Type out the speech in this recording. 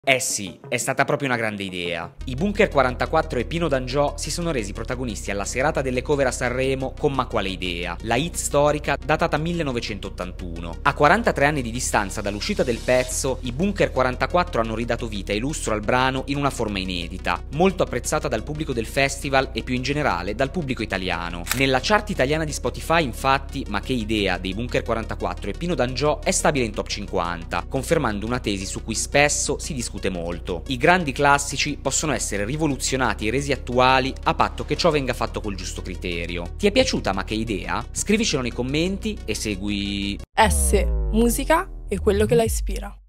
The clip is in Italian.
Eh sì, è stata proprio una grande idea. I Bunker 44 e Pino D'Angiò si sono resi protagonisti alla serata delle cover a Sanremo con Ma quale idea, la hit storica datata 1981. A 43 anni di distanza dall'uscita del pezzo, i Bunker 44 hanno ridato vita e lustro al brano in una forma inedita, molto apprezzata dal pubblico del festival e più in generale dal pubblico italiano. Nella chart italiana di Spotify, infatti, Ma che idea dei Bunker 44 e Pino D'Angiò è stabile in top 50, confermando una tesi su cui spesso si discute molto. I grandi classici possono essere rivoluzionati e resi attuali a patto che ciò venga fatto col giusto criterio. Ti è piaciuta Ma che idea? Scrivicelo nei commenti e segui Musica e quello che la ispira.